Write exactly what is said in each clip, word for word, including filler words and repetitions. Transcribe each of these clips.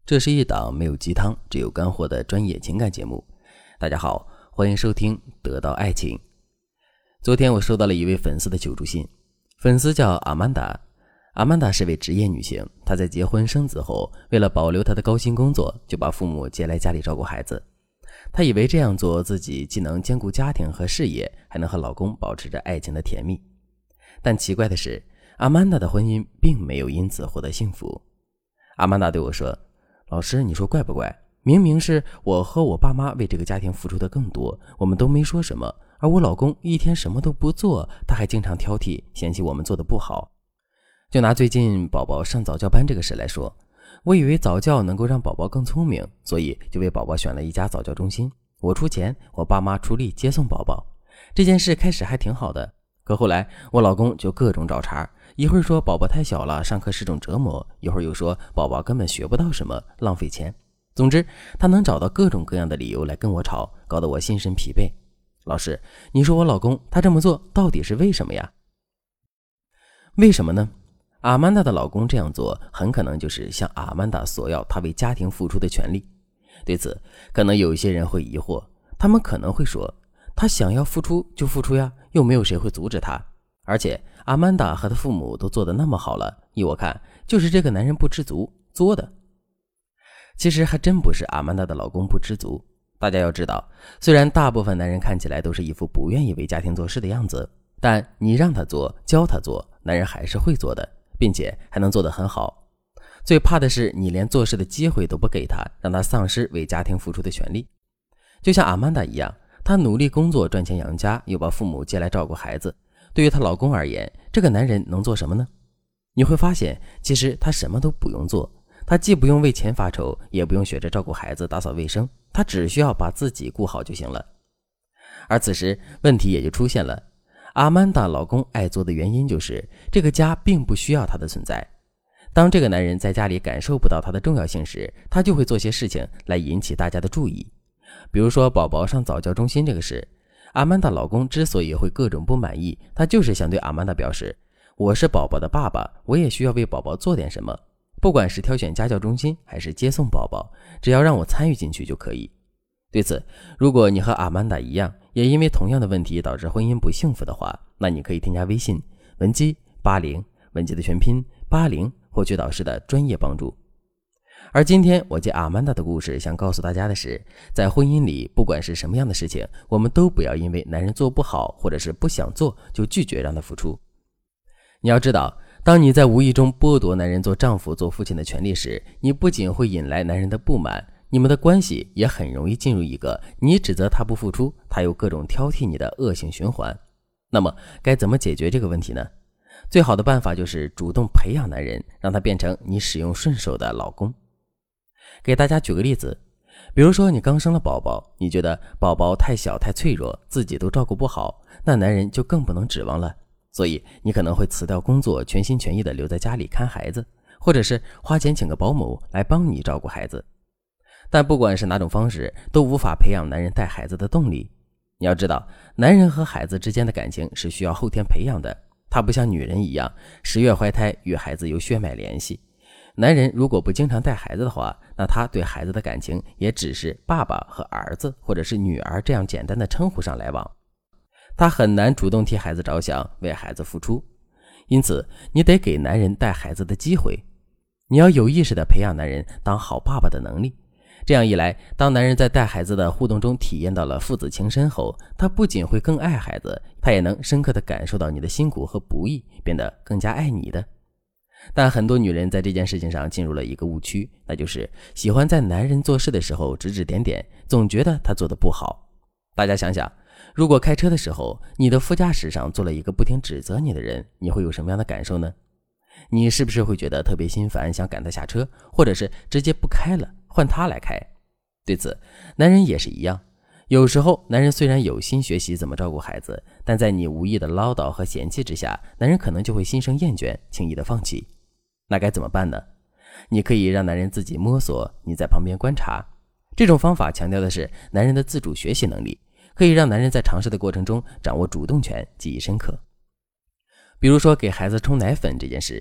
这是一档没有鸡汤只有干货的专业情感节目。大家好，欢迎收听得到爱情。昨天我收到了一位粉丝的求助信，粉丝叫阿曼达。阿曼达是位职业女性，她在结婚生子后，为了保留她的高薪工作，就把父母接来家里照顾孩子。她以为这样做自己既能兼顾家庭和事业，还能和老公保持着爱情的甜蜜。但奇怪的是，阿曼达的婚姻并没有因此获得幸福。阿曼达对我说，老师，你说怪不怪？明明是我和我爸妈为这个家庭付出的更多，我们都没说什么，而我老公一天什么都不做，他还经常挑剔嫌弃我们做的不好。就拿最近宝宝上早教班这个事来说，我以为早教能够让宝宝更聪明，所以就为宝宝选了一家早教中心，我出钱，我爸妈出力接送宝宝。这件事开始还挺好的，可后来我老公就各种找茬，一会儿说宝宝太小了，上课是种折磨，一会儿又说宝宝根本学不到什么，浪费钱。总之他能找到各种各样的理由来跟我吵，搞得我心神疲惫。老师，你说我老公他这么做到底是为什么呀？为什么呢？阿曼达的老公这样做很可能就是向阿曼达索要他为家庭付出的权利。对此可能有一些人会疑惑，他们可能会说，他想要付出就付出呀，又没有谁会阻止他。而且阿曼达和他父母都做得那么好了，依我看就是这个男人不知足作的。其实还真不是阿曼达的老公不知足。大家要知道，虽然大部分男人看起来都是一副不愿意为家庭做事的样子，但你让他做，教他做，男人还是会做的，并且还能做得很好。最怕的是你连做事的机会都不给他，让他丧失为家庭付出的权利。就像阿曼达一样，她努力工作赚钱养家，又把父母接来照顾孩子。对于她老公而言，这个男人能做什么呢？你会发现，其实他什么都不用做，他既不用为钱发愁，也不用学着照顾孩子打扫卫生，他只需要把自己顾好就行了。而此时问题也就出现了，阿曼达老公爱作的原因就是这个家并不需要他的存在。当这个男人在家里感受不到他的重要性时，他就会做些事情来引起大家的注意。比如说宝宝上早教中心这个事，阿曼达老公之所以会各种不满意，他就是想对阿曼达表示，我是宝宝的爸爸，我也需要为宝宝做点什么，不管是挑选家教中心还是接送宝宝，只要让我参与进去就可以。对此，如果你和阿曼达一样，也因为同样的问题导致婚姻不幸福的话，那你可以添加微信文姬八零，文姬的全拼八零，获取导师的专业帮助。而今天我借阿曼达的故事想告诉大家的是，在婚姻里不管是什么样的事情，我们都不要因为男人做不好或者是不想做就拒绝让他付出。你要知道，当你在无意中剥夺男人做丈夫做父亲的权利时，你不仅会引来男人的不满，你们的关系也很容易进入一个你指责他不付出，他又各种挑剔你的恶性循环。那么该怎么解决这个问题呢？最好的办法就是主动培养男人，让他变成你使用顺手的老公。给大家举个例子，比如说你刚生了宝宝，你觉得宝宝太小太脆弱，自己都照顾不好，那男人就更不能指望了。所以你可能会辞掉工作，全心全意地留在家里看孩子，或者是花钱请个保姆来帮你照顾孩子。但不管是哪种方式，都无法培养男人带孩子的动力。你要知道，男人和孩子之间的感情是需要后天培养的，他不像女人一样，十月怀胎与孩子有血脉联系。男人如果不经常带孩子的话，那他对孩子的感情也只是爸爸和儿子或者是女儿这样简单的称呼上来往，他很难主动替孩子着想，为孩子付出。因此你得给男人带孩子的机会，你要有意识地培养男人当好爸爸的能力。这样一来，当男人在带孩子的互动中体验到了父子情深后，他不仅会更爱孩子，他也能深刻地感受到你的辛苦和不易，变得更加爱你的。但很多女人在这件事情上进入了一个误区，那就是喜欢在男人做事的时候指指点点，总觉得他做得不好。大家想想，如果开车的时候，你的副驾驶上坐了一个不停指责你的人，你会有什么样的感受呢？你是不是会觉得特别心烦，想赶他下车，或者是直接不开了，换他来开？对此，男人也是一样。有时候男人虽然有心学习怎么照顾孩子，但在你无意的唠叨和嫌弃之下，男人可能就会心生厌倦，轻易的放弃。那该怎么办呢？你可以让男人自己摸索，你在旁边观察。这种方法强调的是男人的自主学习能力，可以让男人在尝试的过程中掌握主动权，记忆深刻。比如说给孩子冲奶粉这件事，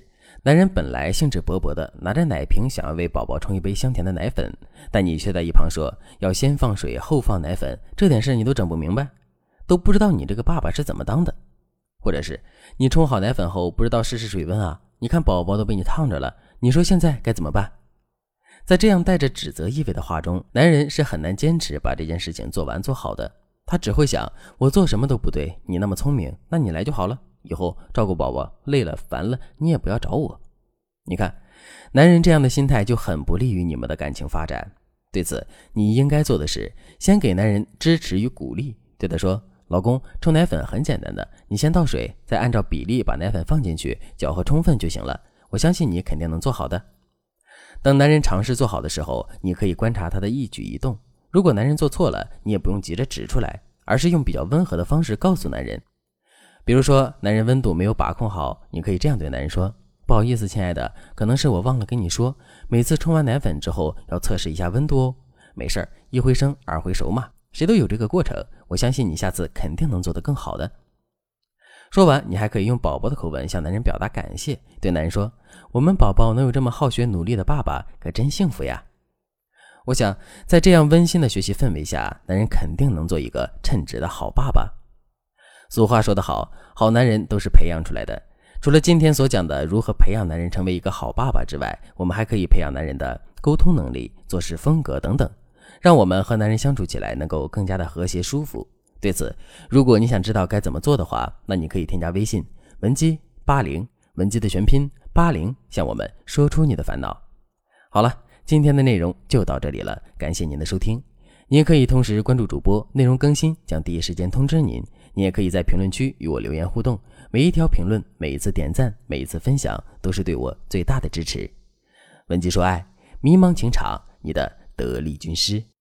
男人本来兴致勃勃的拿着奶瓶想要为宝宝冲一杯香甜的奶粉，但你却在一旁说要先放水后放奶粉，这点事你都整不明白，都不知道你这个爸爸是怎么当的。或者是你冲好奶粉后不知道试试水温啊，你看宝宝都被你烫着了，你说现在该怎么办？在这样带着指责意味的话中，男人是很难坚持把这件事情做完做好的，他只会想我做什么都不对，你那么聪明，那你来就好了，以后照顾宝宝累了烦了你也不要找我。你看，男人这样的心态就很不利于你们的感情发展。对此，你应该做的是先给男人支持与鼓励，对他说，老公，冲奶粉很简单的，你先倒水，再按照比例把奶粉放进去，搅和充分就行了，我相信你肯定能做好的。等男人尝试做好的时候，你可以观察他的一举一动，如果男人做错了，你也不用急着指出来，而是用比较温和的方式告诉男人。比如说男人温度没有把控好，你可以这样对男人说，不好意思亲爱的，可能是我忘了跟你说，每次冲完奶粉之后要测试一下温度哦。没事儿，一回生二回熟嘛，谁都有这个过程，我相信你下次肯定能做得更好的。说完，你还可以用宝宝的口吻向男人表达感谢，对男人说，我们宝宝能有这么好学努力的爸爸可真幸福呀。我想在这样温馨的学习氛围下，男人肯定能做一个称职的好爸爸。俗话说得好，好男人都是培养出来的。除了今天所讲的如何培养男人成为一个好爸爸之外，我们还可以培养男人的沟通能力、做事风格等等，让我们和男人相处起来能够更加的和谐舒服。对此，如果你想知道该怎么做的话，那你可以添加微信文姬八零，文姬的全拼八零，向我们说出你的烦恼。好了，今天的内容就到这里了，感谢您的收听。你也可以同时关注主播，内容更新将第一时间通知您。你也可以在评论区与我留言互动，每一条评论、每一次点赞、每一次分享都是对我最大的支持。文姬说爱，迷茫情场，你的得力军师。